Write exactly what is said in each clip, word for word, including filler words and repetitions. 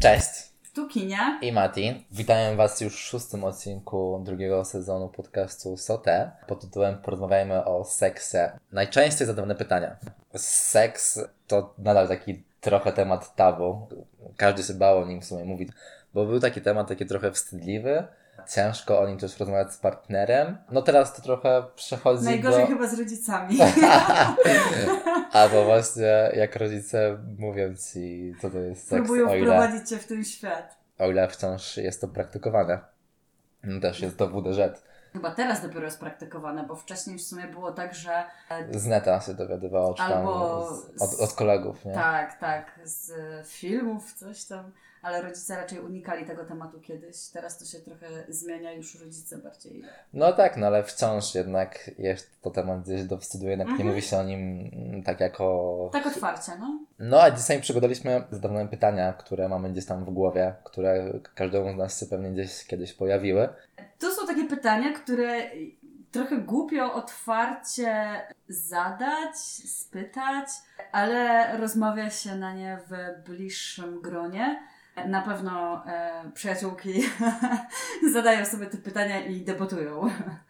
Cześć! Tu Kinia i Mati. Witamy Was już w szóstym odcinku drugiego sezonu podcastu Sote pod tytułem Porozmawiajmy o seksie. Najczęściej zadawane pytania. Seks to nadal taki trochę temat tabu. Każdy się bał o nim w sumie mówić, bo był taki temat taki trochę wstydliwy. Ciężko o nim też rozmawiać z partnerem. No teraz to trochę przechodzi Najgorzej do... chyba z rodzicami. Albo właśnie jak rodzice mówią Ci, co to jest seks, Próbują o ile, wprowadzić Cię w ten świat. o ile wciąż jest to praktykowane. No też jest to W D Ż. Chyba teraz dopiero jest praktykowane, bo wcześniej w sumie było tak, że... Z neta się dowiadywało, czy tam Albo z, od, od kolegów, nie? Tak, tak, z filmów, coś tam, ale rodzice raczej unikali tego tematu kiedyś. Teraz to się trochę zmienia, już rodzice bardziej... No tak, no ale wciąż jednak jest to temat gdzieś do wstydu, jednak Mhm. nie mówi się o nim tak jako... Tak otwarcie, no. No a dzisiaj przygotowaliśmy zadane pytania, które mamy gdzieś tam w głowie, które każdemu z nas się pewnie gdzieś kiedyś pojawiły. To są takie pytania, które trochę głupio otwarcie zadać, spytać, ale rozmawia się na nie w bliższym gronie. Na pewno e, przyjaciółki zadają sobie te pytania i debatują.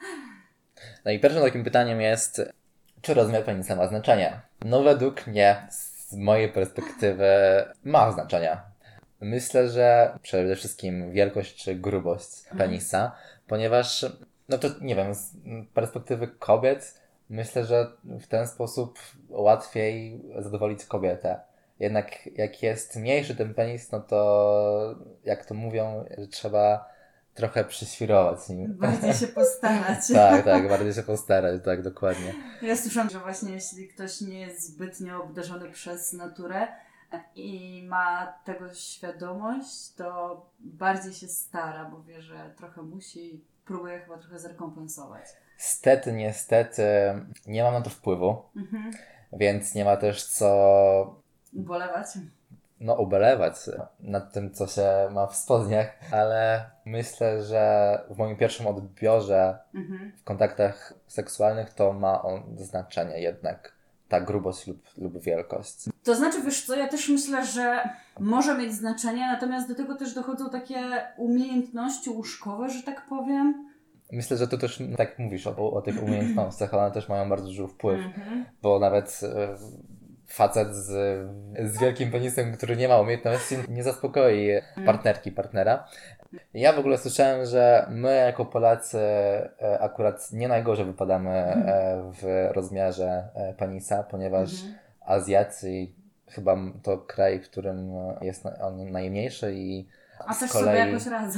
No i pierwszym takim pytaniem jest, czy rozmiar penisa ma znaczenie? No według mnie, z mojej perspektywy, ma znaczenie. Myślę, że przede wszystkim wielkość czy grubość penisa, ponieważ, no to nie wiem, z perspektywy kobiet, myślę, że w ten sposób łatwiej zadowolić kobietę. Jednak jak jest mniejszy ten penis, no to jak to mówią, że trzeba trochę przyświrować nim. Bardziej się postarać. tak, tak, bardziej się postarać, tak, dokładnie. Ja słyszałam, że właśnie jeśli ktoś nie jest zbytnio obdarzony przez naturę i ma tego świadomość, to bardziej się stara, bo wie, że trochę musi i próbuje chyba trochę zrekompensować. Stety, niestety nie mam na to wpływu, Mhm. więc nie ma też co... Ubolewać? No, ubelewać nad tym, co się ma w spodniach, ale myślę, że w moim pierwszym odbiorze Mhm. w kontaktach seksualnych to ma on znaczenie jednak, ta grubość lub, lub wielkość. To znaczy, wiesz co, ja też myślę, że może mieć znaczenie, natomiast do tego też dochodzą takie umiejętności łóżkowe, że tak powiem. Myślę, że to też, tak jak mówisz o, o tych umiejętnościach, one też mają bardzo duży wpływ, Mhm. bo nawet e, facet z, z wielkim penisem, który nie ma umiejętności, nie zaspokoi partnerki, partnera. Ja w ogóle słyszałem, że my jako Polacy e, akurat nie najgorzej wypadamy e, w rozmiarze e, penisa, ponieważ Mhm. Azjacy chyba to kraj, w którym jest na- on najmniejszy i A z też kolei... sobie jakoś radzą.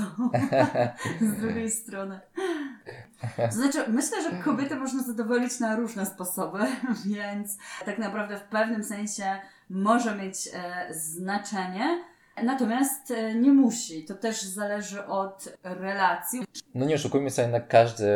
Z drugiej strony. To znaczy, myślę, że kobiety można zadowolić na różne sposoby, więc tak naprawdę w pewnym sensie może mieć e, znaczenie, natomiast e, nie musi. To też zależy od relacji. No nie oszukujmy się, jednak każdy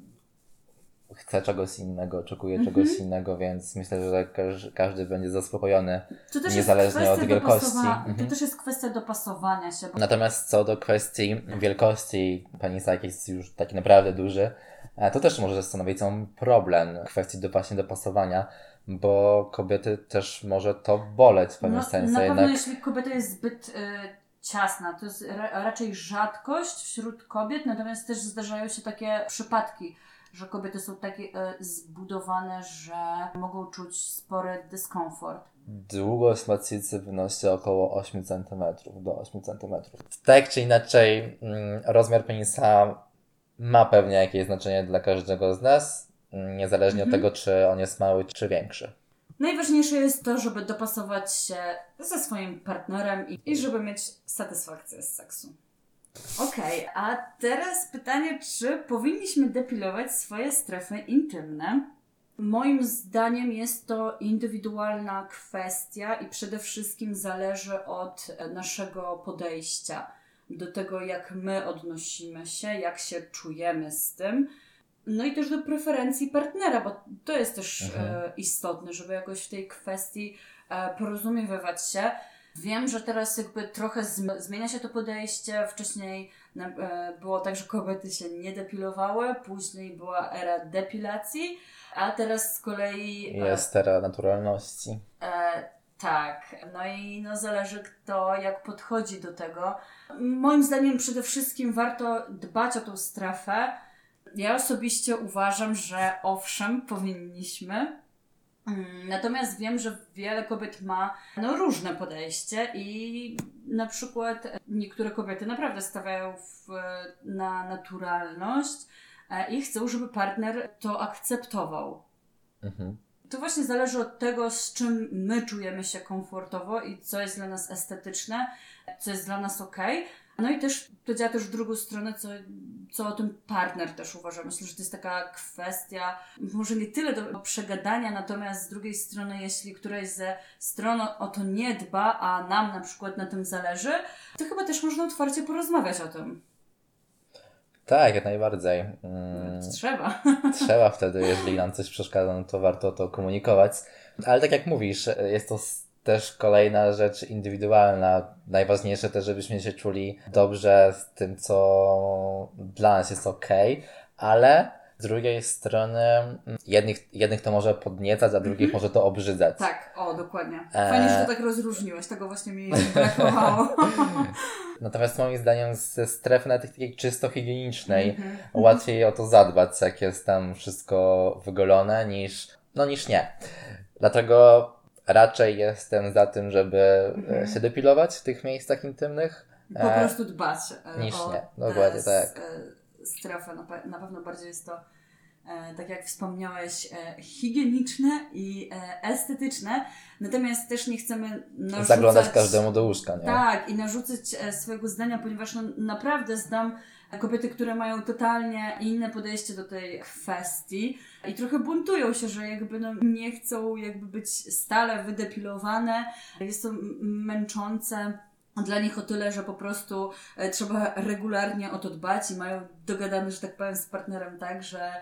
chce czegoś innego, oczekuje Mhm. czegoś innego, więc myślę, że każ- każdy będzie zaspokojony To też niezależnie jest od kwestia wielkości. dopasowa- Mhm. To też jest kwestia dopasowania się. Bo... Natomiast co do kwestii wielkości penisa, jak jest już taki naprawdę duży, e, to też może stanowić sam problem kwestii do, właśnie dopasowania, bo kobiety też może to boleć w pewnym No, sensie. na pewno Jednak... jeśli kobieta jest zbyt y, ciasna, to jest ra- raczej rzadkość wśród kobiet, natomiast też zdarzają się takie przypadki, że kobiety są takie y, zbudowane, że mogą czuć spory dyskomfort. Długość macicy wynosi około osiem centymetrów do ośmiu centymetrów. Tak czy inaczej, mm, rozmiar penisa ma pewnie jakieś znaczenie dla każdego z nas, mm, niezależnie Mhm. od tego, czy on jest mały, czy większy. Najważniejsze jest to, żeby dopasować się ze swoim partnerem i, i żeby mieć satysfakcję z seksu. Okej, a teraz pytanie, czy powinniśmy depilować swoje strefy intymne? Moim zdaniem jest to indywidualna kwestia i przede wszystkim zależy od naszego podejścia do tego, jak my odnosimy się, jak się czujemy z tym. No i też do preferencji partnera, bo to jest też Mhm. e, istotne, żeby jakoś w tej kwestii e, porozumiewać się. Wiem, że teraz jakby trochę zm- zmienia się to podejście. Wcześniej na, e, było tak, że kobiety się nie depilowały, później była era depilacji, a teraz z kolei... e, Jest era naturalności. E, Tak, no i no zależy kto jak podchodzi do tego. Moim zdaniem przede wszystkim warto dbać o tą strefę. Ja osobiście uważam, że owszem, powinniśmy. Natomiast wiem, że wiele kobiet ma no, różne podejście i na przykład niektóre kobiety naprawdę stawiają w, na naturalność i chcą, żeby partner to akceptował. Mhm. To właśnie zależy od tego, z czym my czujemy się komfortowo i co jest dla nas estetyczne, co jest dla nas okej. No i też to działa też w drugą stronę, co, co o tym partner też uważa. Myślę, że to jest taka kwestia może nie tyle do przegadania, natomiast z drugiej strony, jeśli któraś ze stron o to nie dba, a nam na przykład na tym zależy, to chyba też można otwarcie porozmawiać o tym. Tak, jak najbardziej. Hmm. Trzeba. Trzeba wtedy, jeżeli nam coś przeszkadza, no to warto to komunikować. Ale tak jak mówisz, jest to też kolejna rzecz indywidualna. Najważniejsze też, żebyśmy się czuli dobrze z tym, co dla nas jest okej, okay, ale z drugiej strony jednych, jednych to może podniecać, a drugich mm-hmm. może to obrzydzać. Tak, o, dokładnie. Fajnie, e... że to tak rozróżniłeś, tego właśnie mi brakowało. Natomiast moim zdaniem ze strefy na takiej czysto higienicznej mm-hmm. łatwiej o to zadbać, jak jest tam wszystko wygolone, niż, no niż nie. Dlatego raczej jestem za tym, żeby mm-hmm. się depilować w tych miejscach intymnych. Po e... prostu dbać e, niż o nie. Dokładnie tak. E, strefę. Na, pe- na pewno bardziej jest to E, tak jak wspomniałeś, e, higieniczne i e, estetyczne, natomiast też nie chcemy narzucać... Zaglądać każdemu do łóżka, nie? Tak, i narzucać e, swojego zdania, ponieważ no, naprawdę znam kobiety, które mają totalnie inne podejście do tej kwestii i trochę buntują się, że jakby no, nie chcą jakby być stale wydepilowane. Jest to m- męczące dla nich o tyle, że po prostu e, trzeba regularnie o to dbać i mają dogadane, że tak powiem, z partnerem tak, że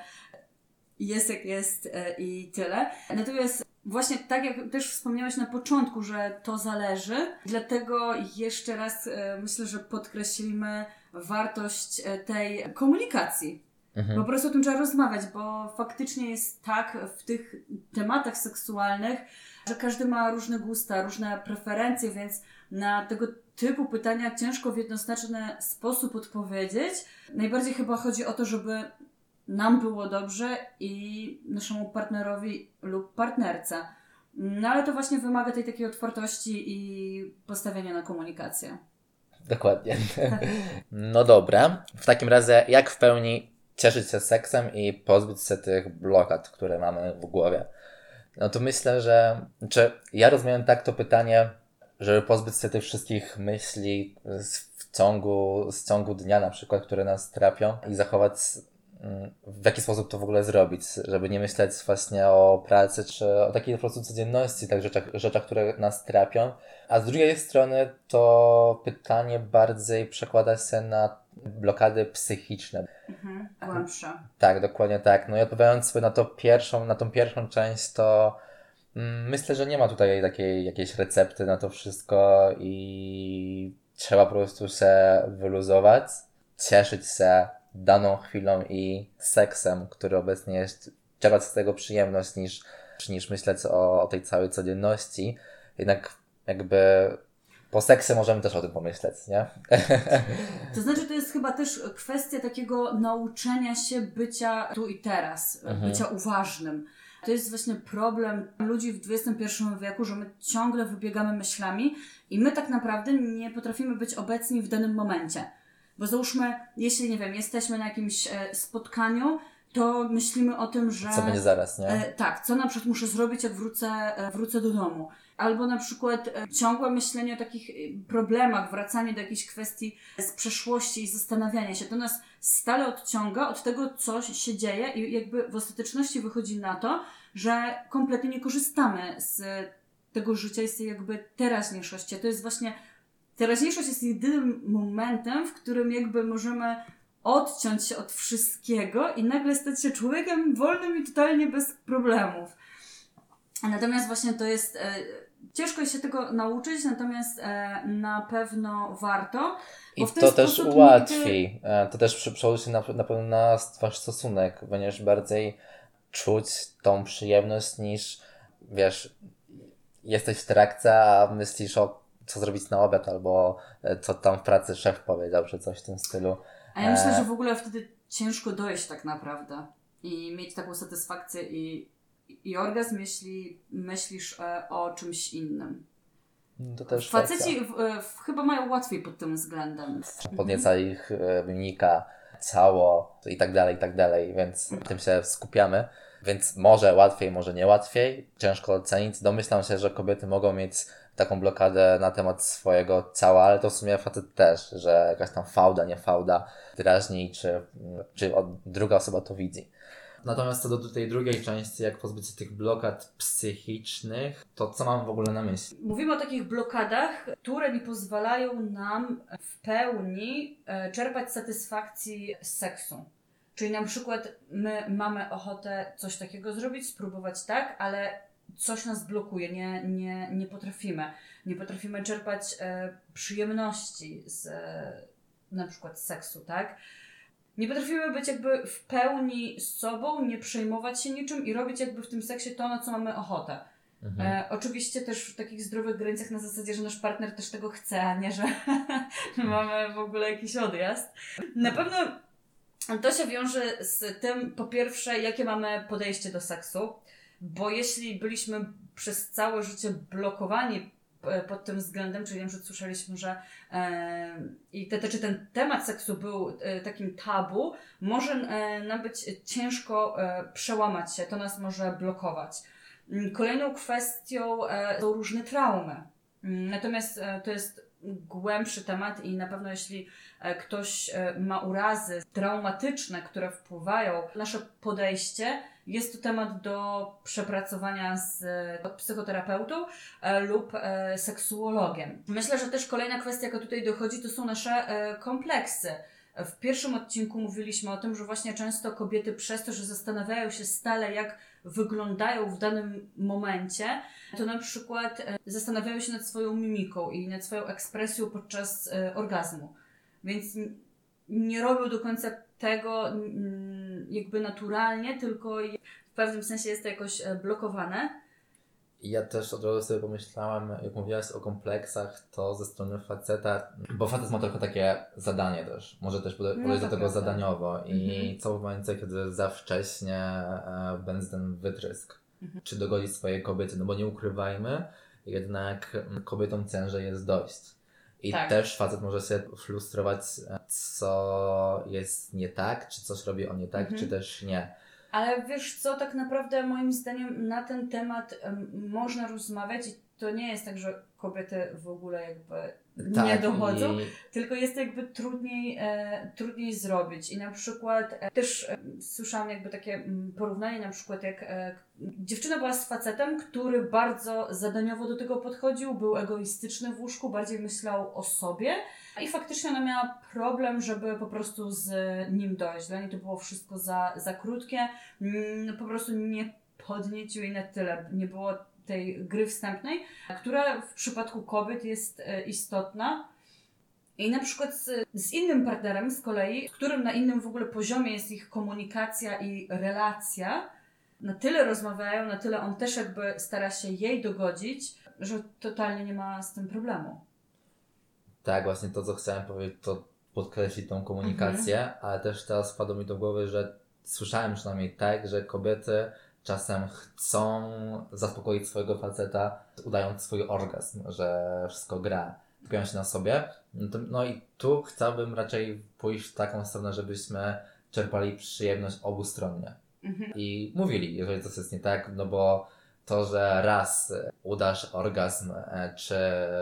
jest jak jest e, i tyle. Natomiast właśnie tak jak też wspomniałeś na początku, że to zależy, dlatego jeszcze raz e, myślę, że podkreślimy wartość e, tej komunikacji. Mhm. Po prostu o tym trzeba rozmawiać, bo faktycznie jest tak w tych tematach seksualnych, że każdy ma różne gusta, różne preferencje, więc na tego typu pytania ciężko w jednoznaczny sposób odpowiedzieć. Najbardziej chyba chodzi o to, żeby nam było dobrze i naszemu partnerowi lub partnerce. No ale to właśnie wymaga tej takiej otwartości i postawienia na komunikację. Dokładnie. No dobra. W takim razie jak w pełni cieszyć się seksem i pozbyć się tych blokad, które mamy w głowie? No to myślę, że... Czy ja rozumiem tak to pytanie, żeby pozbyć się tych wszystkich myśli w ciągu, z ciągu dnia na przykład, które nas trapią i zachować, w jaki sposób to w ogóle zrobić, żeby nie myśleć właśnie o pracy, czy o takiej po prostu codzienności, tak rzeczach, rzeczach, które nas trapią. A z drugiej strony to pytanie bardziej przekłada się na blokady psychiczne. Mhm, głębsze. Tak, dokładnie tak. No i odpowiadając sobie na to pierwszą, na tą pierwszą część, to myślę, że nie ma tutaj takiej jakiejś recepty na to wszystko i trzeba po prostu się wyluzować, cieszyć się daną chwilą i seksem, który obecnie jest, czerpać z tego przyjemność niż, niż myśleć o, o tej całej codzienności. Jednak jakby po seksie możemy też o tym pomyśleć, nie? To znaczy to jest chyba też kwestia takiego nauczenia się bycia tu i teraz, mhm. bycia uważnym. To jest właśnie problem ludzi w dwudziestym pierwszym wieku, że my ciągle wybiegamy myślami i my tak naprawdę nie potrafimy być obecni w danym momencie. Bo załóżmy, jeśli, nie wiem, jesteśmy na jakimś e, spotkaniu, to myślimy o tym, że... Co będzie zaraz, nie? E, tak, co na przykład muszę zrobić, jak wrócę, e, wrócę do domu. Albo na przykład e, ciągłe myślenie o takich e, problemach, wracanie do jakichś kwestii z przeszłości i zastanawianie się. To nas stale odciąga od tego, co się dzieje i jakby w ostateczności wychodzi na to, że kompletnie nie korzystamy z tego życia i z tej jakby teraźniejszości. To jest właśnie... Teraźniejszość jest jedynym momentem, w którym jakby możemy odciąć się od wszystkiego i nagle stać się człowiekiem wolnym i totalnie bez problemów. Natomiast właśnie to jest... E, ciężko się tego nauczyć, natomiast e, na pewno warto. I to też ułatwi. Ty... To też przełoży się na, na pewno na wasz stosunek. Będziesz bardziej czuć tą przyjemność niż, wiesz... jesteś w trakcie, a myślisz o co zrobić na obiad, albo co tam w pracy szef powiedział, czy coś w tym stylu. A ja myślę, że w ogóle wtedy ciężko dojść tak naprawdę i mieć taką satysfakcję i, i orgazm, jeśli myślisz e, o czymś innym. To też Faceci w, w, chyba mają łatwiej pod tym względem. Podnieca ich mimika, ciało i tak dalej, i tak dalej, więc na tym się skupiamy. Więc może łatwiej, może nie łatwiej. Ciężko ocenić. Domyślam się, że kobiety mogą mieć taką blokadę na temat swojego ciała, ale to w sumie facet też, że jakaś tam fałda, nie fałda, drażni, czy, czy druga osoba to widzi. Natomiast co do tej drugiej części, jak pozbyć się tych blokad psychicznych, to co mam w ogóle na myśli? Mówimy o takich blokadach, które nie pozwalają nam w pełni czerpać satysfakcji z seksu. Czyli na przykład my mamy ochotę coś takiego zrobić, spróbować tak, ale coś nas blokuje, nie, nie, nie potrafimy. Nie potrafimy czerpać e, przyjemności z e, na przykład z seksu, tak? Nie potrafimy być jakby w pełni z sobą, nie przejmować się niczym i robić jakby w tym seksie to, na co mamy ochotę. Mhm. E, oczywiście też w takich zdrowych granicach na zasadzie, że nasz partner też tego chce, a nie, że mamy w ogóle jakiś odjazd. Na pewno to się wiąże z tym, po pierwsze, jakie mamy podejście do seksu, bo jeśli byliśmy przez całe życie blokowani pod tym względem, czyli na przykład słyszeliśmy, że e, i te, te, czy ten temat seksu był e, takim tabu, może e, nam być ciężko e, przełamać się, to nas może blokować. Kolejną kwestią e, są różne traumy. Natomiast e, to jest głębszy temat i na pewno jeśli e, ktoś e, ma urazy traumatyczne, które wpływają na nasze podejście, jest to temat do przepracowania z psychoterapeutą e, lub e, seksuologiem. Myślę, że też kolejna kwestia, jaka tutaj dochodzi, to są nasze e, kompleksy. W pierwszym odcinku mówiliśmy o tym, że właśnie często kobiety przez to, że zastanawiają się stale, jak wyglądają w danym momencie, to na przykład e, zastanawiają się nad swoją mimiką i nad swoją ekspresją podczas e, orgazmu. Więc nie robią do końca tego mm, jakby naturalnie, tylko w pewnym sensie jest to jakoś blokowane. Ja też od razu sobie pomyślałem, jak mówiłaś o kompleksach, to ze strony faceta, bo facet ma trochę takie zadanie też, może też podejść no, do tego prawda. zadaniowo i mhm. co w momencie, kiedy za wcześnie e, będzie ten wytrysk, mhm. czy dogodzić swojej kobiety, no bo nie ukrywajmy, jednak kobietom ciężej jest dojść. I tak. też facet może się frustrować, co jest nie tak, czy coś robi on nie tak, mhm. czy też nie. Ale wiesz co, tak naprawdę moim zdaniem na ten temat um, można rozmawiać i to nie jest tak, że kobiety w ogóle jakby tak, nie dochodzą, i... tylko jest jakby trudniej, e, trudniej zrobić. I na przykład e, też e, słyszałam jakby takie m, porównanie, na przykład jak e, dziewczyna była z facetem, który bardzo zadaniowo do tego podchodził, był egoistyczny w łóżku, bardziej myślał o sobie i faktycznie ona miała problem, żeby po prostu z nim dojść. Dla niej to było wszystko za, za krótkie, m, po prostu nie podniecił jej na tyle, nie było tej gry wstępnej, która w przypadku kobiet jest e, istotna. I na przykład z, z innym partnerem z kolei, z którym na innym w ogóle poziomie jest ich komunikacja i relacja, na tyle rozmawiają, na tyle on też jakby stara się jej dogodzić, że totalnie nie ma z tym problemu. Tak, właśnie to, co chciałem powiedzieć, to podkreślić tą komunikację, mhm. ale też teraz wpadło mi do głowy, że słyszałem przynajmniej tak, że kobiety czasem chcą zaspokoić swojego faceta, udając swój orgazm, że wszystko gra, skupiają się na sobie. No i tu chciałbym raczej pójść w taką stronę, żebyśmy czerpali przyjemność obustronnie. Mhm. I mówili, jeżeli coś jest nie tak, no bo to, że raz udasz orgazm, czy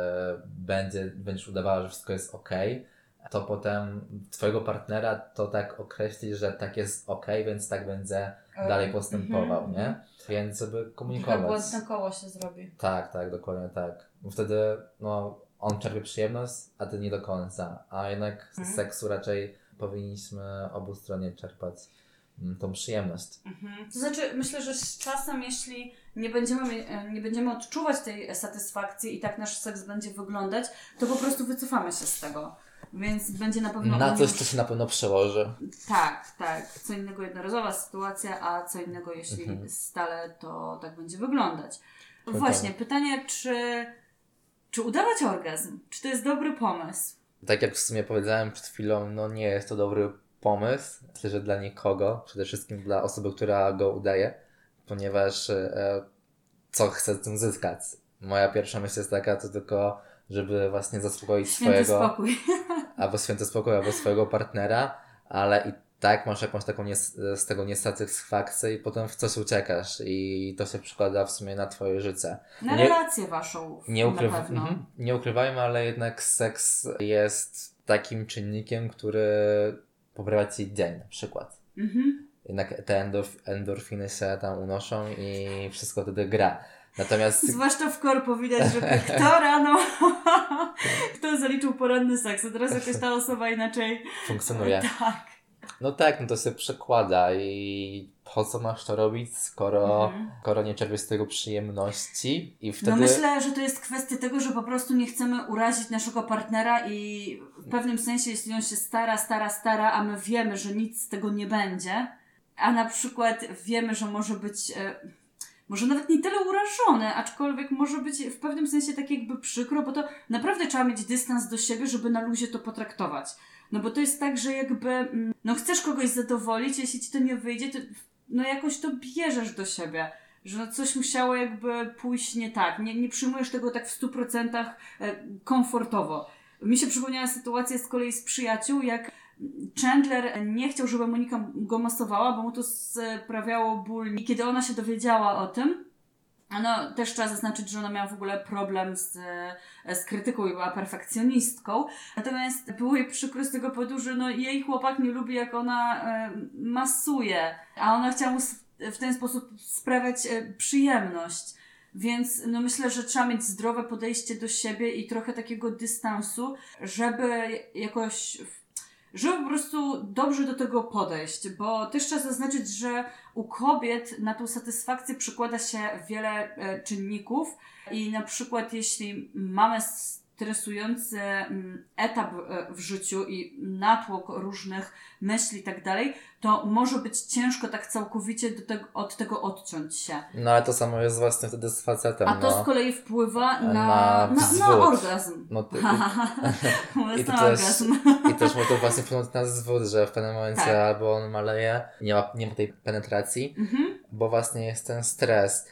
będzie, będziesz udawała, że wszystko jest okej, to potem twojego partnera to tak określi, że tak jest okej, więc tak będzie dalej postępował, mm-hmm. nie? Więc żeby komunikować. Trochę błędne koło się zrobi. Tak, tak, dokładnie tak. Bo wtedy no, on czerpie przyjemność, a ty nie do końca. A jednak z mm. seksu raczej powinniśmy obustronnie czerpać tą przyjemność. Mhm. To znaczy, myślę, że z czasem, jeśli nie będziemy, nie będziemy odczuwać tej satysfakcji i tak nasz seks będzie wyglądać, to po prostu wycofamy się z tego. Więc będzie na pewno... Na coś, co się na pewno przełoży. Tak, tak. Co innego jednorazowa sytuacja, a co innego, jeśli mhm. stale to tak będzie wyglądać. Właśnie, pytanie, czy, czy udawać orgazm? Czy to jest dobry pomysł? Tak jak w sumie powiedziałem przed chwilą, no nie jest to dobry pomysł. Myślę, że dla nikogo, przede wszystkim dla osoby, która go udaje, ponieważ e, co chce tym zyskać? Moja pierwsza myśl jest taka, to tylko, żeby właśnie zaspokoić Święty swojego... spokój. Albo święty spokój, albo swojego partnera, ale i tak masz jakąś taką nies- z tego niesatysfakcję i potem w coś uciekasz i to się przekłada w sumie na twoje życie. Na nie, relację waszą nie, ukryw- na pewno. mhm. nie ukrywajmy, ale jednak seks jest takim czynnikiem, który poprawia ci dzień na przykład. Mhm. Jednak te endorf- endorfiny się tam unoszą i wszystko wtedy gra. Natomiast... Zwłaszcza w korpo widać, że kto rano, kto zaliczył poranny seks, a teraz jakaś ta osoba inaczej funkcjonuje. Tak. No tak, no to się przekłada i po co masz to robić, skoro, Mhm. skoro nie czerpiesz z tego przyjemności i wtedy... No myślę, że to jest kwestia tego, że po prostu nie chcemy urazić naszego partnera i w pewnym sensie, jeśli on się stara, stara, stara, a my wiemy, że nic z tego nie będzie, a na przykład wiemy, że może być... E, może nawet nie tyle urażony, aczkolwiek może być w pewnym sensie tak jakby przykro, bo to naprawdę trzeba mieć dystans do siebie, żeby na luzie to potraktować. No bo to jest tak, że jakby, no chcesz kogoś zadowolić, jeśli ci to nie wyjdzie, to no jakoś to bierzesz do siebie, że no coś musiało jakby pójść nie tak. Nie, nie przyjmujesz tego tak w stu procentach komfortowo. Mi się przypomniała sytuacja z kolei z przyjaciół, jak Chandler nie chciał, żeby Monika go masowała, bo mu to sprawiało ból. I kiedy ona się dowiedziała o tym, no też trzeba zaznaczyć, że ona miała w ogóle problem z, z krytyką i była perfekcjonistką. Natomiast było jej przykro z tego powodu, że no jej chłopak nie lubi, jak ona e, masuje, a ona chciała mu w ten sposób sprawiać e, przyjemność. Więc no myślę, że trzeba mieć zdrowe podejście do siebie i trochę takiego dystansu, żeby jakoś... żeby po prostu dobrze do tego podejść, bo też trzeba zaznaczyć, że u kobiet na tą satysfakcję przykłada się wiele e, czynników i na przykład jeśli mamy stresujący m, etap e, w życiu i natłok różnych myśli i tak dalej, to może być ciężko tak całkowicie do tego, od tego odciąć się. No ale to samo jest właśnie wtedy z facetem. A to no. z kolei wpływa na, na, na, na orgazm. No, ty, i, i, to na też, orgazm. I też może to właśnie wpłynąć na zwód, że w pewnym momencie Tak. albo on maleje, nie ma, nie ma tej penetracji, Mhm. bo właśnie jest ten stres.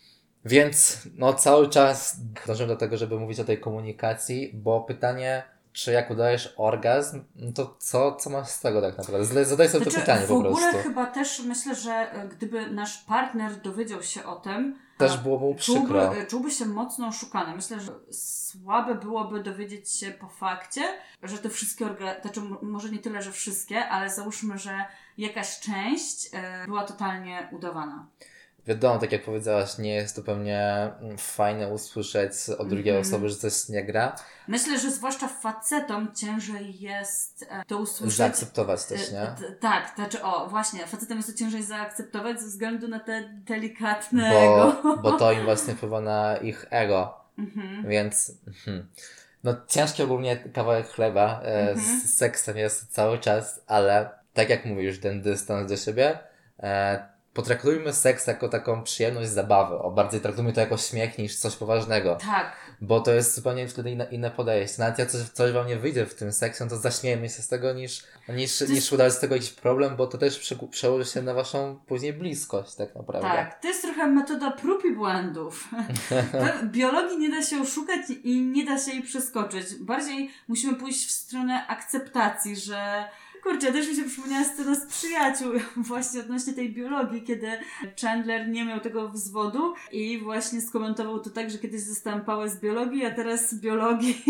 Więc no cały czas dążymy do tego, żeby mówić o tej komunikacji, bo pytanie, czy jak udajesz orgazm, no to co, co masz z tego tak naprawdę? Zadaj sobie Znaczy, to pytanie po prostu. W ogóle chyba też myślę, że gdyby nasz partner dowiedział się o tym, też byłoby mu przykro. Czułby, czułby się mocno oszukany. Myślę, że słabe byłoby dowiedzieć się po fakcie, że te wszystkie orgazmy, znaczy może nie tyle, że wszystkie, ale załóżmy, że jakaś część y, była totalnie udawana. Wiadomo, tak jak powiedziałaś, nie jest to pewnie fajne usłyszeć od drugiej mm-hmm. osoby, że coś nie gra. Myślę, że zwłaszcza facetom ciężej jest to usłyszeć. Zaakceptować też, nie? T- tak, znaczy o, właśnie, facetom jest to ciężej zaakceptować ze względu na te delikatne bo, ego. Bo to im właśnie wpływa na ich ego. Mm-hmm. Więc hmm. no ciężki ogólnie kawałek chleba e, mm-hmm. z seksem jest cały czas, ale tak jak mówisz, ten dystans do siebie, e, potraktujmy seks jako taką przyjemność zabawę. O, bardziej traktujmy to jako śmiech niż coś poważnego. Tak. Bo to jest zupełnie wtedy inne, inne podejście. Nawet jak coś, coś wam nie wyjdzie w tym seksie, no to zaśmiejmy się z tego niż, niż, jest... niż udawać z tego jakiś problem, bo to też prze, przełoży się na waszą później bliskość tak naprawdę. Tak, to jest trochę metoda prób i błędów. Biologii nie da się oszukać i nie da się jej przeskoczyć. Bardziej musimy pójść w stronę akceptacji, że kurczę, też mi się przypomniała scena z Przyjaciół właśnie odnośnie tej biologii, kiedy Chandler nie miał tego wzwodu i właśnie skomentował to tak, że kiedyś zostałem pałę z biologii, a teraz z biologii.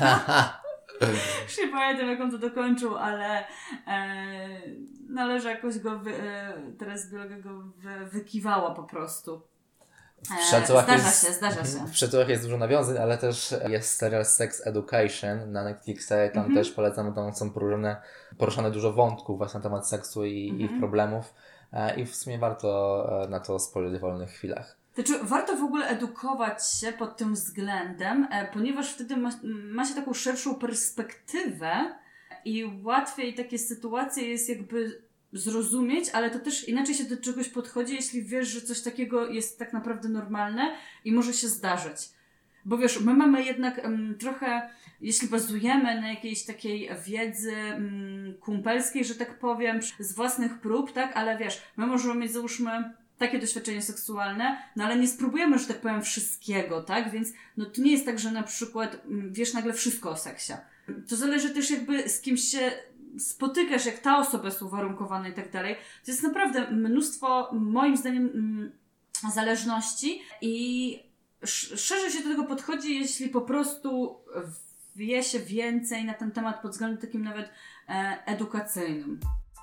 Już nie pamiętam, jak on to dokończył, ale e, należy jakoś go wy, e, teraz biologia go wy, wykiwała po prostu. W Przyjaciółach zdarza jest, się, zdarza się. W Przyjaciółach jest dużo nawiązań, ale też jest serial Sex Education na Netflixie. Tam mm-hmm. też polecam, tam są poruszane, poruszane dużo wątków właśnie na temat seksu i mm-hmm. ich problemów. I w sumie warto na to spojrzeć w wolnych chwilach. Znaczy, warto w ogóle edukować się pod tym względem, ponieważ wtedy ma, ma się taką szerszą perspektywę i łatwiej takie sytuacje jest jakby zrozumieć, ale to też inaczej się do czegoś podchodzi, jeśli wiesz, że coś takiego jest tak naprawdę normalne i może się zdarzyć. Bo wiesz, my mamy jednak um, trochę, jeśli bazujemy na jakiejś takiej wiedzy um, kumpelskiej, że tak powiem, z własnych prób, tak, ale wiesz, my możemy mieć, załóżmy, takie doświadczenie seksualne, no ale nie spróbujemy, że tak powiem, wszystkiego, tak, więc no to nie jest tak, że na przykład um, wiesz nagle wszystko o seksie. To zależy też jakby z kimś się spotykasz, jak ta osoba jest uwarunkowana i tak dalej. To jest naprawdę mnóstwo, moim zdaniem, um, zależności i szerzej się do tego podchodzi, jeśli po prostu wie się więcej na ten temat pod względem takim nawet e, edukacyjnym.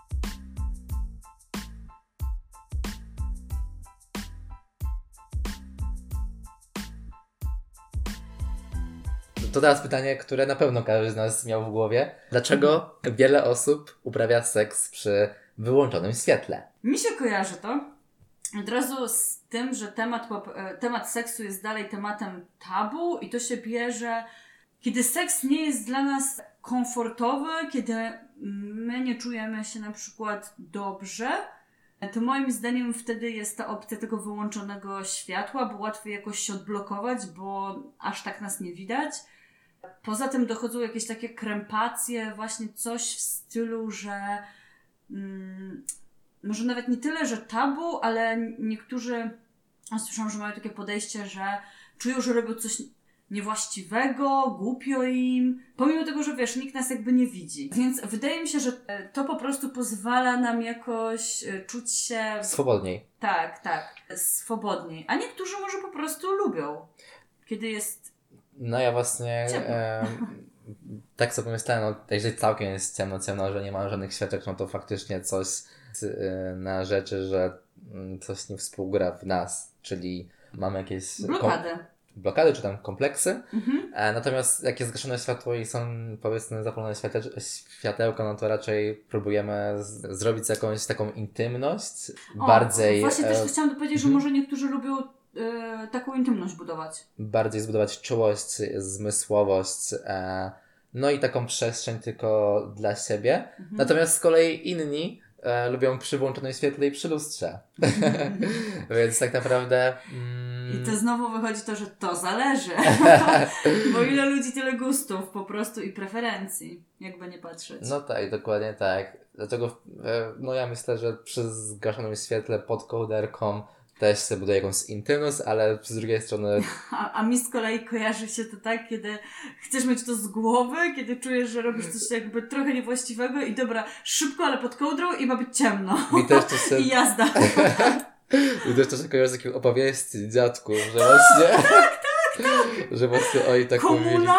To teraz pytanie, które na pewno każdy z nas miał w głowie. Dlaczego wiele osób uprawia seks przy wyłączonym świetle? Mi się kojarzy to od razu z tym, że temat, temat seksu jest dalej tematem tabu i to się bierze, kiedy seks nie jest dla nas komfortowy, kiedy my nie czujemy się na przykład dobrze, to moim zdaniem wtedy jest ta opcja tego wyłączonego światła, bo łatwiej jakoś się odblokować, bo aż tak nas nie widać. Poza tym dochodzą jakieś takie krępacje, właśnie coś w stylu, że mm, może nawet nie tyle, że tabu, ale niektórzy, ja słyszałam, że mają takie podejście, że czują, że robią coś niewłaściwego, głupio im, pomimo tego, że wiesz, nikt nas jakby nie widzi. Więc wydaje mi się, że to po prostu pozwala nam jakoś czuć się... Swobodniej. Tak, tak, swobodniej. A niektórzy może po prostu lubią, kiedy jest No ja właśnie e, tak sobie myślałem, no jeżeli całkiem jest ciemno, ciemno, że nie ma żadnych świateł, no to faktycznie coś e, na rzeczy, że coś nie współgra w nas, czyli mamy jakieś... blokady. Kom- blokady czy tam kompleksy. Mhm. E, natomiast jak jest zgaszone światło i są powiedzmy zapalone świate- światełko, no to raczej próbujemy z- zrobić jakąś taką intymność. O, bardziej... Właśnie też e, chciałam powiedzieć, mhm. że może niektórzy lubią e, taką intymność budować. Bardziej zbudować czułość, zmysłowość, e, no i taką przestrzeń tylko dla siebie. Mhm. Natomiast z kolei inni e, lubią przy włączonym świetle i przy lustrze. Więc tak naprawdę... Mm, I to znowu wychodzi to, że to zależy. Bo ile ludzi, tyle gustów po prostu i preferencji, jakby nie patrzeć. No tak, dokładnie tak. Dlatego e, no ja myślę, że przy zgaszonym świetle pod kołderką też się buduje jakąś intymność, ale z drugiej strony... A, a mi z kolei kojarzy się to tak, kiedy chcesz mieć to z głowy, kiedy czujesz, że robisz coś jakby trochę niewłaściwego i dobra, szybko, ale pod kołdrą i ma być ciemno. Mi też to się... I jazda. I też to się kojarzy z takiej opowieści dziadku, że właśnie... tak, tak, tak. Że właśnie oj tak komuna,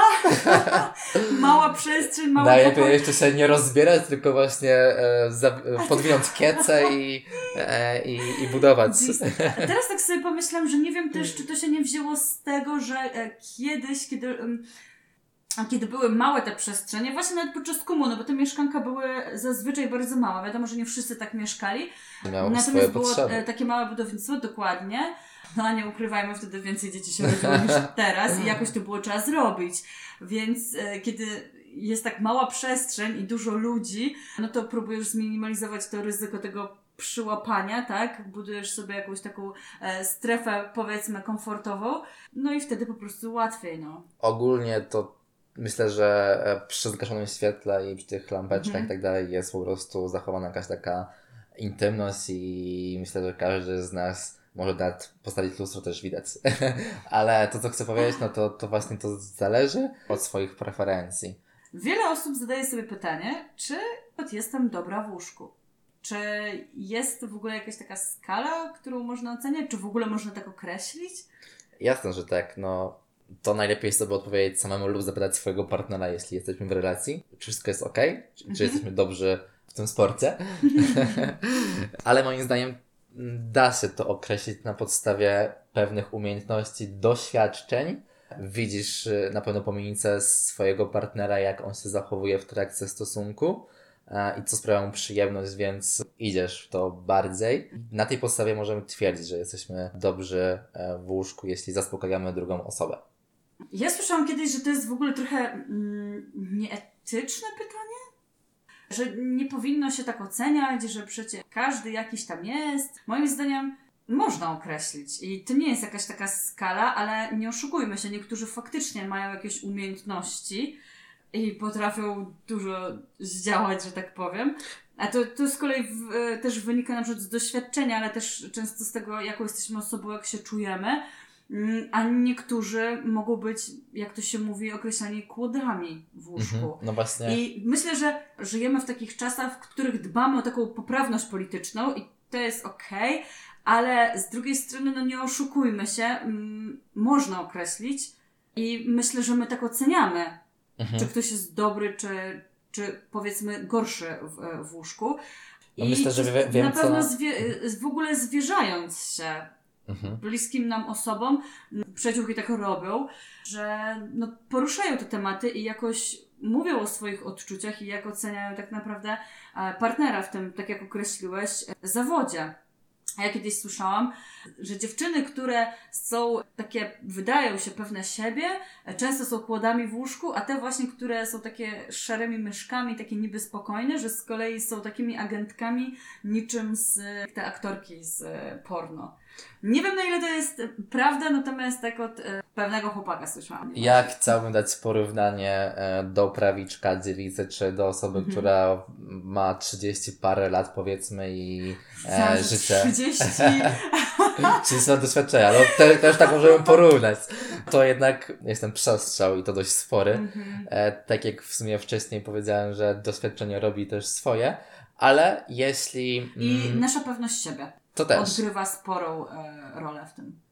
mała przestrzeń, mały Najlepiej pokój. jeszcze się nie rozbierać, tylko właśnie e, za, podwinąć kiece i, e, i, i budować. A teraz tak sobie pomyślałam, że nie wiem też, czy to się nie wzięło z tego, że e, kiedyś, kiedy... Um, kiedy były małe te przestrzenie, właśnie nawet podczas komuny, bo te mieszkanka były zazwyczaj bardzo małe. Wiadomo, że nie wszyscy tak mieszkali. Miało Natomiast swoje było potrzeby. e, takie małe budownictwo, dokładnie. No a nie ukrywajmy, wtedy więcej dzieci się rodziło niż teraz i jakoś to było trzeba zrobić. Więc e, kiedy jest tak mała przestrzeń i dużo ludzi, no to próbujesz zminimalizować to ryzyko tego przyłapania, tak? Budujesz sobie jakąś taką e, strefę, powiedzmy, komfortową. No i wtedy po prostu łatwiej, no. Ogólnie to myślę, że przy zgaszonym świetle i przy tych lampeczkach Mhm. i tak dalej jest po prostu zachowana jakaś taka intymność i myślę, że każdy z nas może nawet postawić lustro, też widać. Ale to, co chcę powiedzieć, no to, to właśnie to zależy od swoich preferencji. Wiele osób zadaje sobie pytanie, czy jestem dobra w łóżku? Czy jest w ogóle jakaś taka skala, którą można oceniać? Czy w ogóle można tak określić? Jasne, że tak. No, to najlepiej sobie odpowiedzieć samemu lub zapytać swojego partnera, jeśli jesteśmy w relacji. Czy wszystko jest ok? Czy, Mhm. czy jesteśmy dobrzy w tym sporcie? Ale moim zdaniem da się to określić na podstawie pewnych umiejętności, doświadczeń. Widzisz y, na pewno po mimice swojego partnera, jak on się zachowuje w trakcie stosunku e, i co sprawia mu przyjemność, więc idziesz w to bardziej. Na tej podstawie możemy twierdzić, że jesteśmy dobrzy e, w łóżku, jeśli zaspokajamy drugą osobę. Ja słyszałam kiedyś, że to jest w ogóle trochę mm, nieetyczne pytanie. że nie powinno się tak oceniać, że przecież każdy jakiś tam jest. Moim zdaniem można określić i to nie jest jakaś taka skala, ale nie oszukujmy się, niektórzy faktycznie mają jakieś umiejętności i potrafią dużo zdziałać, że tak powiem. A to, to z kolei w, też wynika na przykład z doświadczenia, ale też często z tego, jaką jesteśmy osobą, jak się czujemy. A niektórzy mogą być, jak to się mówi, określani kłodrami w łóżku. Mhm, no właśnie. I myślę, że żyjemy w takich czasach, w których dbamy o taką poprawność polityczną i to jest okej, okay, ale z drugiej strony, no nie oszukujmy się, m, można określić i myślę, że my tak oceniamy, mhm. czy ktoś jest dobry, czy, czy powiedzmy gorszy w, w łóżku. No I myślę, że wie, wiem, na pewno co... zwie, w ogóle zwierzając się mhm. bliskim nam osobom, przyjaciółki tak robią, że no, poruszają te tematy i jakoś mówią o swoich odczuciach i jak oceniają tak naprawdę partnera w tym, tak jak określiłeś, zawodzie. A ja kiedyś słyszałam, że dziewczyny, które są takie, wydają się pewne siebie, często są kłodami w łóżku, a te właśnie, które są takie szarymi myszkami, takie niby spokojne, że z kolei są takimi agentkami niczym z te aktorki z porno. Nie wiem, na ile to jest prawda, natomiast tak od e, pewnego chłopaka słyszałam. Ja chciałbym dać porównanie e, do prawiczka dziewicy, czy do osoby, mhm. która ma trzydzieści parę lat powiedzmy i e, życie. trzydzieści trzydzieści lat doświadczenia, no te, też tak możemy porównać. To jednak jest ten przestrzał i to dość spory. Mhm. E, tak jak w sumie wcześniej powiedziałem, że doświadczenie robi też swoje, ale jeśli... Mm, I nasza pewność siebie. To też. Odgrywa sporą e, rolę w tym.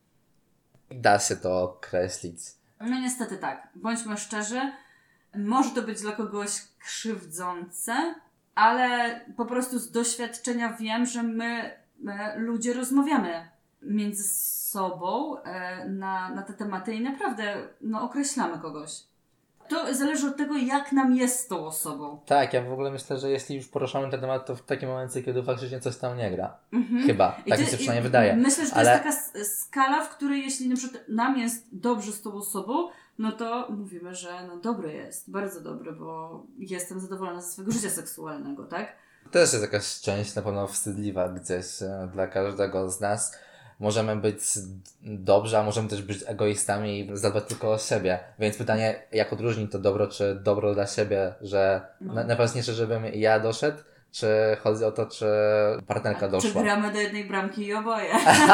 Da się to określić. No niestety tak. Bądźmy szczerzy. Może to być dla kogoś krzywdzące, ale po prostu z doświadczenia wiem, że my, my ludzie rozmawiamy między sobą e, na, na te tematy i naprawdę no, określamy kogoś. To zależy od tego, jak nam jest z tą osobą. Tak, ja w ogóle myślę, że jeśli już poruszamy ten temat, to w takim momencie, kiedy faktycznie coś tam nie gra. Mm-hmm. Chyba. Tak mi się przynajmniej wydaje. Myślę, że to Ale... jest taka skala, w której jeśli na przykład nam jest dobrze z tą osobą, no to mówimy, że no dobry jest, bardzo dobry, bo jestem zadowolona ze swojego życia seksualnego, tak? To też jest jakaś część na pewno wstydliwa gdzieś dla każdego z nas. Możemy być dobrzy, a możemy też być egoistami i zadbać tylko o siebie. Więc pytanie, jak odróżnić to dobro, czy dobro dla siebie, że no. na, najważniejsze, żebym ja doszedł, czy chodzi o to, czy partnerka a, doszła. Czy gramy do jednej bramki i oboje.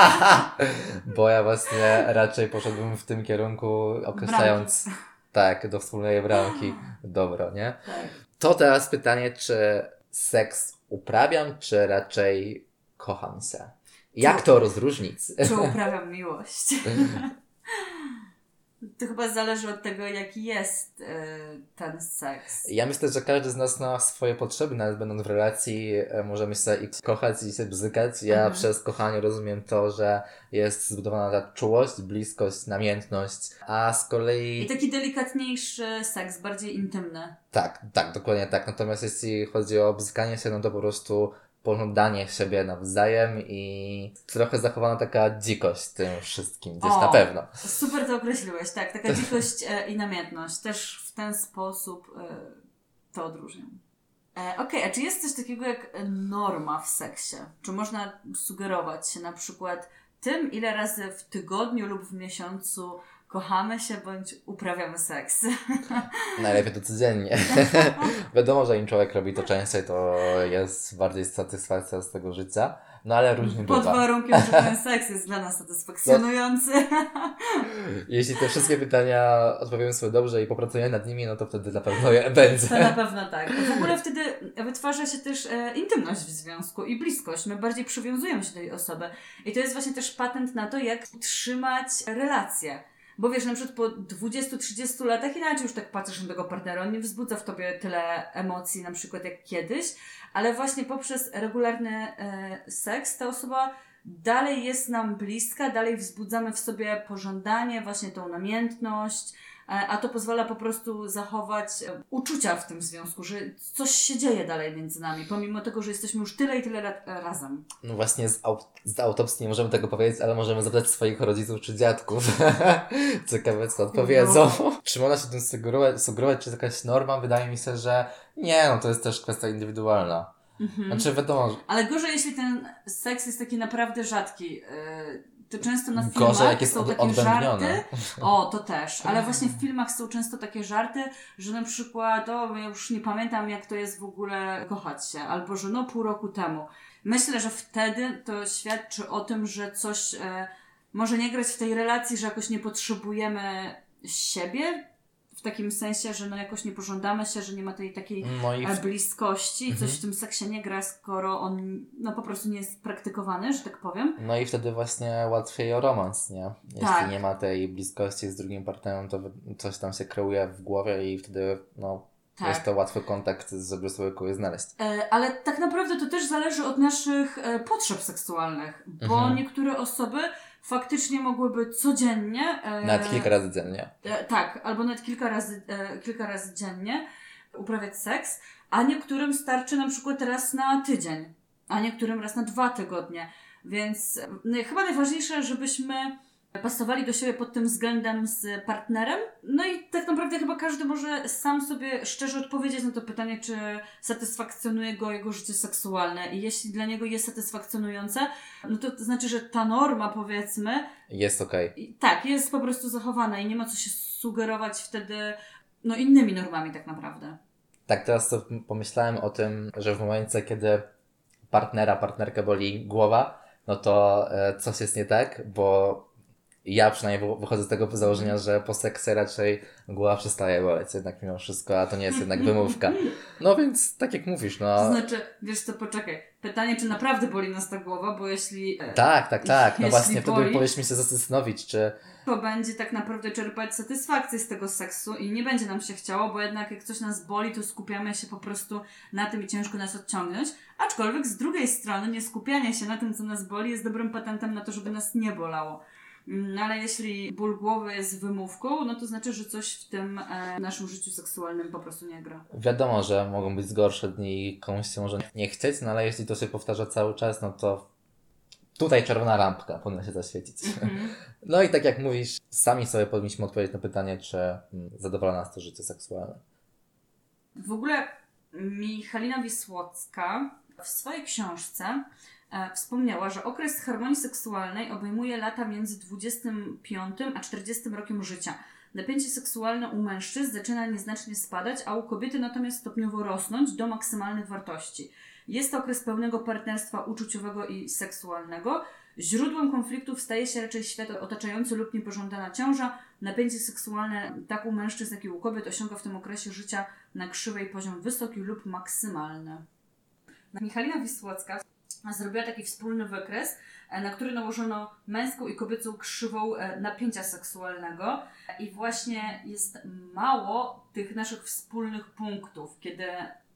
Bo ja właśnie raczej poszedłbym w tym kierunku, określając bramki. Tak, do wspólnej bramki dobro, nie? Tak. To teraz pytanie, czy seks uprawiam, czy raczej kocham się? Jak to rozróżnić? Czy uprawiam miłość? To chyba zależy od tego, jaki jest y, ten seks. Ja myślę, że każdy z nas ma swoje potrzeby, nawet będąc w relacji, możemy się i kochać i się bzykać. Ja mhm. przez kochanie rozumiem to, że jest zbudowana ta czułość, bliskość, namiętność, a z kolei... I taki delikatniejszy seks, bardziej intymny. Tak, tak, dokładnie tak. Natomiast jeśli chodzi o bzykanie się, no to po prostu pożądanie siebie nawzajem i trochę zachowana taka dzikość tym wszystkim, gdzieś o, na pewno. Super to określiłeś, tak, taka dzikość e, i namiętność. Też w ten sposób e, to odróżniam. E, Okej, okay, a czy jest coś takiego jak norma w seksie? Czy można sugerować się na przykład tym, ile razy w tygodniu lub w miesiącu kochamy się bądź uprawiamy seks? Najlepiej to codziennie. Wiadomo, że im człowiek robi to częściej, to jest bardziej satysfakcja z tego życia, no ale różnie bywa. Pod warunkiem, że ten seks jest dla nas satysfakcjonujący. No, jeśli te wszystkie pytania odpowiemy sobie dobrze i popracujemy nad nimi, no to wtedy na pewno je będzie. To na pewno tak. W ogóle wtedy wytwarza się też e, intymność w związku i bliskość. My bardziej przywiązujemy się do tej osoby. I to jest właśnie też patent na to, jak utrzymać relacje. Bo wiesz, na przykład po dwudziestu trzydziestu latach inaczej już tak patrzysz na tego partnera, on nie wzbudza w tobie tyle emocji na przykład jak kiedyś, ale właśnie poprzez regularny e, seks ta osoba dalej jest nam bliska, dalej wzbudzamy w sobie pożądanie, właśnie tą namiętność, a to pozwala po prostu zachować uczucia w tym związku, że coś się dzieje dalej między nami, pomimo tego, że jesteśmy już tyle i tyle lat razem. No właśnie z, aut- z autopsji nie możemy tego powiedzieć, ale możemy zapytać swoich rodziców czy dziadków. Ciekawe co odpowiedzą. No. Czy można się tym sugerować, sugerować, czy jest jakaś norma? Wydaje mi się, że nie, no to jest też kwestia indywidualna. Mhm. Znaczy wiadomo, że... Ale gorzej, jeśli ten seks jest taki naprawdę rzadki. Yy... To często na filmach Gorzej, jak jest są od, takie odbębnione. żarty. O, to też. Ale właśnie w filmach są często takie żarty, że na przykład, o, ja już nie pamiętam, jak to jest w ogóle kochać się. Albo, że no pół roku temu. Myślę, że wtedy to świadczy o tym, że coś e, może nie grać w tej relacji, że jakoś nie potrzebujemy siebie. W takim sensie, że no jakoś nie pożądamy się, że nie ma tej takiej no w... bliskości i mhm. coś w tym seksie nie gra, skoro on no po prostu nie jest praktykowany, że tak powiem. No i wtedy właśnie łatwiej o romans, nie? Jeśli tak. nie ma tej bliskości z drugim partnerem, to coś tam się kreuje w głowie i wtedy no tak. jest to łatwy kontakt, żeby sobie kogoś znaleźć. E, ale tak naprawdę to też zależy od naszych e, potrzeb seksualnych, bo mhm. niektóre osoby faktycznie mogłyby codziennie... E, nawet kilka razy dziennie. E, tak, albo nawet kilka razy, e, kilka razy dziennie uprawiać seks, a niektórym starczy na przykład raz na tydzień, a niektórym raz na dwa tygodnie. Więc no, chyba najważniejsze, żebyśmy pasowali do siebie pod tym względem z partnerem. No i tak naprawdę chyba każdy może sam sobie szczerze odpowiedzieć na to pytanie, czy satysfakcjonuje go jego życie seksualne. I jeśli dla niego jest satysfakcjonujące, no to, to znaczy, że ta norma, powiedzmy... Jest okej. Okay. Tak, jest po prostu zachowana i nie ma co się sugerować wtedy no innymi normami tak naprawdę. Tak, teraz to pomyślałem o tym, że w momencie, kiedy partnera, partnerkę boli głowa, no to e, coś jest nie tak, bo ja przynajmniej wychodzę z tego założenia, że po seksie raczej głowa przestaje boleć jednak mimo wszystko, a to nie jest jednak wymówka. No więc tak jak mówisz, no... To znaczy, wiesz co, poczekaj. Pytanie, czy naprawdę boli nas ta głowa, bo jeśli... Tak, tak, tak. No właśnie boli, wtedy powinniśmy się zastanowić, czy... To będzie tak naprawdę czerpać satysfakcję z tego seksu i nie będzie nam się chciało, bo jednak jak coś nas boli, to skupiamy się po prostu na tym i ciężko nas odciągnąć. Aczkolwiek z drugiej strony nie skupianie się na tym, co nas boli, jest dobrym patentem na to, żeby nas nie bolało. No ale jeśli ból głowy jest wymówką, no to znaczy, że coś w tym e, naszym życiu seksualnym po prostu nie gra. Wiadomo, że mogą być gorsze dni i komuś się może nie chcieć, no ale jeśli to się powtarza cały czas, no to tutaj czerwona lampka powinna się zaświecić. Mm-hmm. No i tak jak mówisz, sami sobie powinniśmy odpowiedzieć na pytanie, czy zadowala nas to życie seksualne. W ogóle Michalina Wisłocka w swojej książce wspomniała, że okres harmonii seksualnej obejmuje lata między dwudziestym piątym a czterdziestym rokiem życia. Napięcie seksualne u mężczyzn zaczyna nieznacznie spadać, a u kobiety natomiast stopniowo rosnąć do maksymalnych wartości. Jest to okres pełnego partnerstwa uczuciowego i seksualnego. Źródłem konfliktów staje się raczej świat otaczający lub niepożądana ciąża. Napięcie seksualne tak u mężczyzn, jak i u kobiet osiąga w tym okresie życia na krzywej poziom wysoki lub maksymalny. Michalina Wisłocka zrobiła taki wspólny wykres, na który nałożono męską i kobiecą krzywą napięcia seksualnego i właśnie jest mało tych naszych wspólnych punktów, kiedy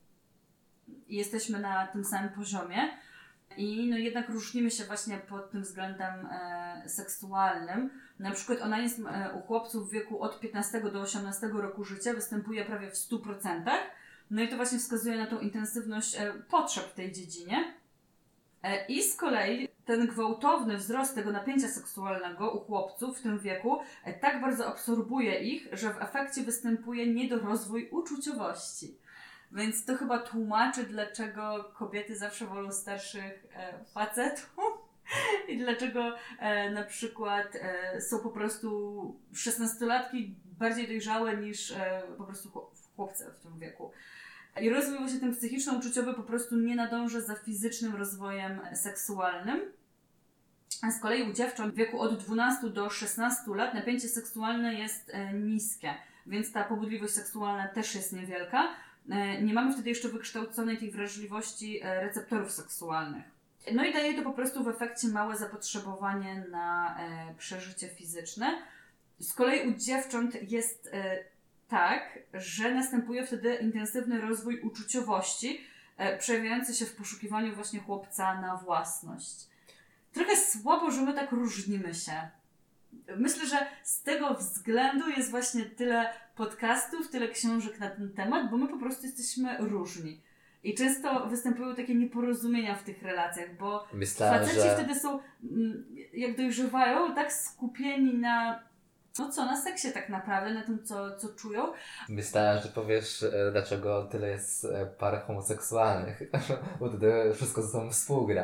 jesteśmy na tym samym poziomie i no jednak różnimy się właśnie pod tym względem e, seksualnym. Na przykład onanizm e, u chłopców w wieku od piętnastego do osiemnastego roku życia występuje prawie w stu procentach. No i to właśnie wskazuje na tą intensywność e, potrzeb w tej dziedzinie. E, I z kolei ten gwałtowny wzrost tego napięcia seksualnego u chłopców w tym wieku e, tak bardzo absorbuje ich, że w efekcie występuje niedorozwój uczuciowości. Więc to chyba tłumaczy, dlaczego kobiety zawsze wolą starszych e, facetów i dlaczego e, na przykład e, są po prostu szesnastolatki bardziej dojrzałe niż e, po prostu chłopcy w tym wieku. I rozwój właśnie ten psychiczno-uczuciowy po prostu nie nadąża za fizycznym rozwojem seksualnym. A z kolei u dziewcząt w wieku od dwunastu do szesnastu lat napięcie seksualne jest e, niskie, więc ta pobudliwość seksualna też jest niewielka. Nie mamy wtedy jeszcze wykształconej tej wrażliwości receptorów seksualnych. No i daje to po prostu w efekcie małe zapotrzebowanie na e, przeżycie fizyczne. Z kolei u dziewcząt jest e, tak, że następuje wtedy intensywny rozwój uczuciowości, e, przejawiający się w poszukiwaniu właśnie chłopca na własność. trochę słabo, że my tak różnimy się. Myślę, że z tego względu jest właśnie tyle podcastów, tyle książek na ten temat, bo my po prostu jesteśmy różni. I często występują takie nieporozumienia w tych relacjach, bo Myślałem, faceci że... wtedy są, jak dojrzewają, tak skupieni na, no co, na seksie tak naprawdę, na tym, co, co czują. Myślałem, że powiesz, dlaczego tyle jest par homoseksualnych, bo wtedy wszystko ze sobą współgra.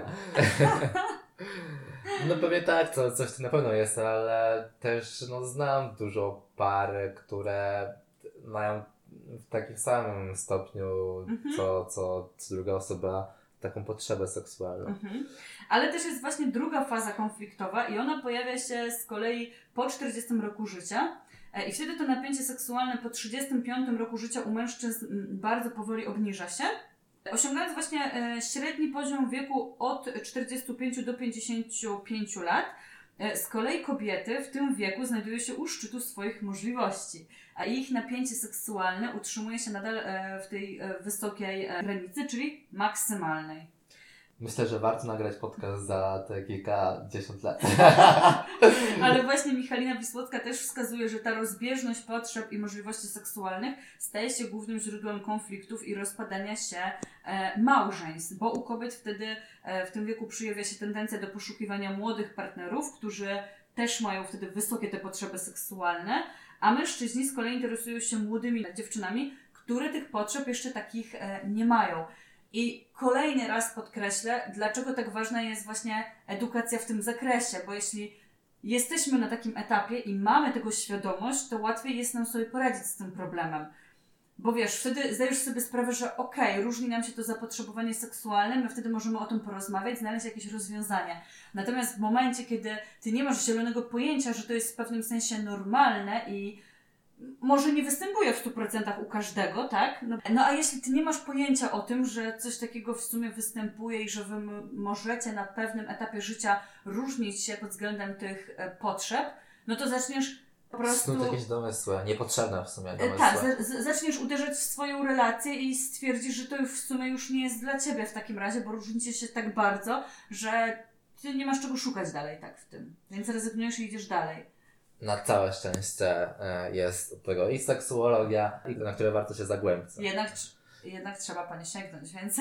No pewnie tak, to coś tu na pewno jest, ale też no, znam dużo par, które mają w takim samym stopniu, Mhm. co, co, co druga osoba, taką potrzebę seksualną. Mhm. Ale też jest właśnie druga faza konfliktowa i ona pojawia się z kolei po czterdziestym roku życia. I wtedy to napięcie seksualne po trzydziestym piątym roku życia u mężczyzn bardzo powoli obniża się, osiągając właśnie średni poziom wieku od czterdziestu pięciu do pięćdziesięciu pięciu lat. Z kolei kobiety w tym wieku znajdują się u szczytu swoich możliwości, a ich napięcie seksualne utrzymuje się nadal w tej wysokiej granicy, czyli maksymalnej. Myślę, że warto nagrać podcast za te kilkadziesiąt lat. Ale właśnie Michalina Wisłocka też wskazuje, że ta rozbieżność potrzeb i możliwości seksualnych staje się głównym źródłem konfliktów i rozpadania się e, małżeństw, bo u kobiet wtedy e, w tym wieku przejawia się tendencja do poszukiwania młodych partnerów, którzy też mają wtedy wysokie te potrzeby seksualne, a mężczyźni z kolei interesują się młodymi dziewczynami, które tych potrzeb jeszcze takich e, nie mają. I kolejny raz podkreślę, dlaczego tak ważna jest właśnie edukacja w tym zakresie, bo jeśli jesteśmy na takim etapie i mamy tego świadomość, to łatwiej jest nam sobie poradzić z tym problemem. Bo wiesz, wtedy zdajesz sobie sprawę, że okej, okay, różni nam się to zapotrzebowanie seksualne, my wtedy możemy o tym porozmawiać, znaleźć jakieś rozwiązanie. Natomiast w momencie, kiedy ty nie masz zielonego pojęcia, że to jest w pewnym sensie normalne i może nie występuje w stu procentach u każdego, tak? No, no a jeśli ty nie masz pojęcia o tym, że coś takiego w sumie występuje i że wy m- możecie na pewnym etapie życia różnić się pod względem tych e, potrzeb, no to zaczniesz po prostu... Snuć jakieś domysły, niepotrzebne w sumie domysły. Tak, z- z- zaczniesz uderzać w swoją relację i stwierdzisz, że to już w sumie już nie jest dla ciebie w takim razie, bo różnicie się tak bardzo, że ty nie masz czego szukać dalej tak w tym. Więc rezygnujesz i idziesz dalej. Na całe szczęście jest od tego i seksuologia, na które warto się zagłębić. Jednak, jednak trzeba po nie sięgnąć, więc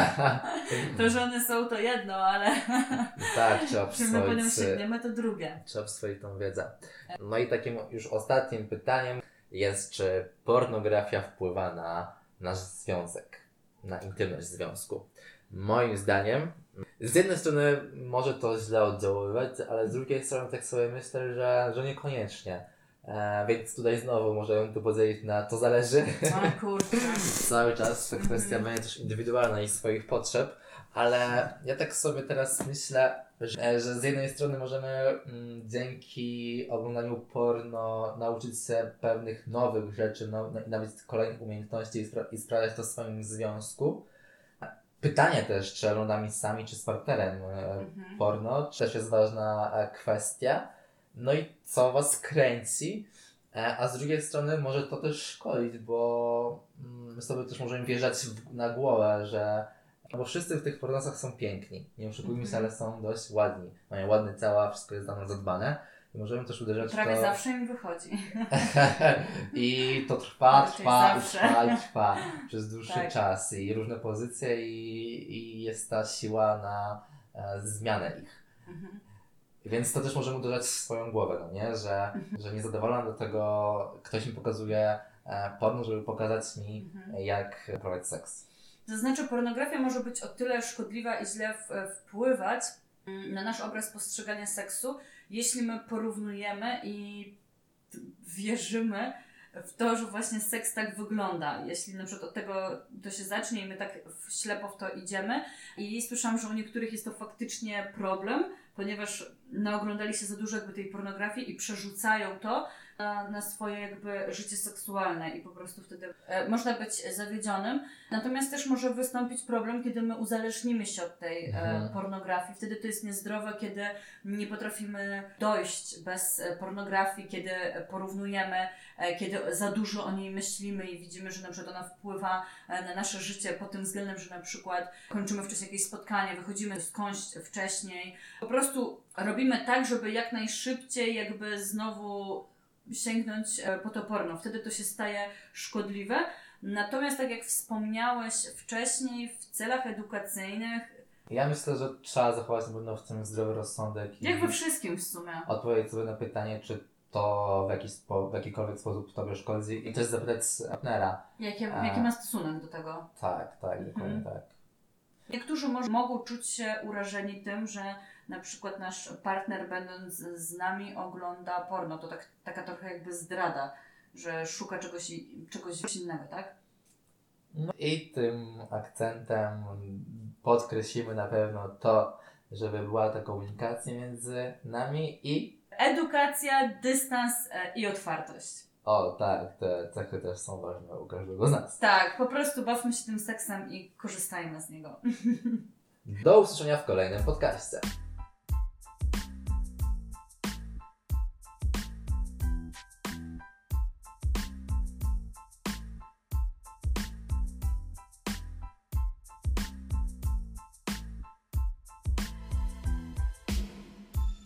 to, że one są, to jedno, ale tak, trzeba czy my po nią przyswoić, sięgniemy, to drugie. trzeba przyswoić tą wiedzę. No i takim już ostatnim pytaniem jest, czy pornografia wpływa na nasz związek, na intymność związku. Moim zdaniem, z jednej strony może to źle oddziaływać, ale z drugiej strony tak sobie myślę, że, że niekoniecznie. E, więc tutaj znowu możemy tu podzielić na to zależy. O kurczę. Cały czas ta kwestia będzie też indywidualna i swoich potrzeb, ale ja tak sobie teraz myślę, że, że z jednej strony możemy mm, dzięki oglądaniu porno nauczyć się pewnych nowych rzeczy, no, nawet kolejnych umiejętności i, spra- i sprawdzać to w swoim związku. Pytanie też, czy oglądamy sami, czy z partnerem mhm. porno, czy też jest ważna kwestia. No i co was kręci, a z drugiej strony może to też szkolić, bo my sobie też możemy wjeżdżać na głowę, że bo wszyscy w tych pornosach są piękni, nie oszukujmy się, ale są dość ładni, mają ładne ciała, wszystko jest dla nas zadbane. I możemy też uderzać Prawie to... zawsze im wychodzi. I to trwa, trwa i zawsze. trwa i trwa przez dłuższy tak. czas i różne pozycje i, i jest ta siła na e, zmianę ich. Mhm. Więc to też możemy uderzać w swoją głowę, no nie? Że, mhm. że nie zadowolona do tego, ktoś mi pokazuje e, porno, żeby pokazać mi mhm. jak prowadzić seks. To znaczy pornografia może być o tyle szkodliwa i źle w, wpływać na nasz obraz postrzegania seksu, jeśli my porównujemy i wierzymy w to, że właśnie seks tak wygląda. Jeśli na przykład od tego to się zacznie i my tak ślepo w to idziemy. I słyszałam, że u niektórych jest to faktycznie problem, ponieważ naoglądali się za dużo jakby tej pornografii i przerzucają to na, na swoje jakby życie seksualne i po prostu wtedy e, można być zawiedzionym. Natomiast też może wystąpić problem, kiedy my uzależnimy się od tej mhm. e, pornografii. Wtedy to jest niezdrowe, kiedy nie potrafimy dojść bez pornografii, kiedy porównujemy, e, kiedy za dużo o niej myślimy i widzimy, że na przykład ona wpływa na nasze życie pod tym względem, że na przykład kończymy wcześniej jakieś spotkanie, wychodzimy skądś wcześniej. Po prostu prostu robimy tak, żeby jak najszybciej jakby znowu sięgnąć po to porno. Wtedy to się staje szkodliwe. Natomiast tak jak wspomniałeś wcześniej, w celach edukacyjnych... Ja myślę, że trzeba zachować na pewno w tym zdrowy rozsądek. Jak we wszystkim w sumie. Odpowiedzieć sobie na pytanie, czy to w, jakiś spo, w jakikolwiek sposób Tobie szkodzi i też zapytać partnera. Jaki, jaki ma stosunek do tego? Tak, tak, dokładnie mhm. tak. Niektórzy może, mogą czuć się urażeni tym, że na przykład nasz partner będąc z nami ogląda porno. To tak, taka trochę jakby zdrada, że szuka czegoś, czegoś innego, tak? No i tym akcentem podkreślimy na pewno to, żeby była ta komunikacja między nami i... Edukacja, dystans i otwartość. O tak, te cechy też są ważne u każdego z nas. Tak, po prostu bawmy się tym seksem i korzystajmy z niego. Do usłyszenia w kolejnym podcaście.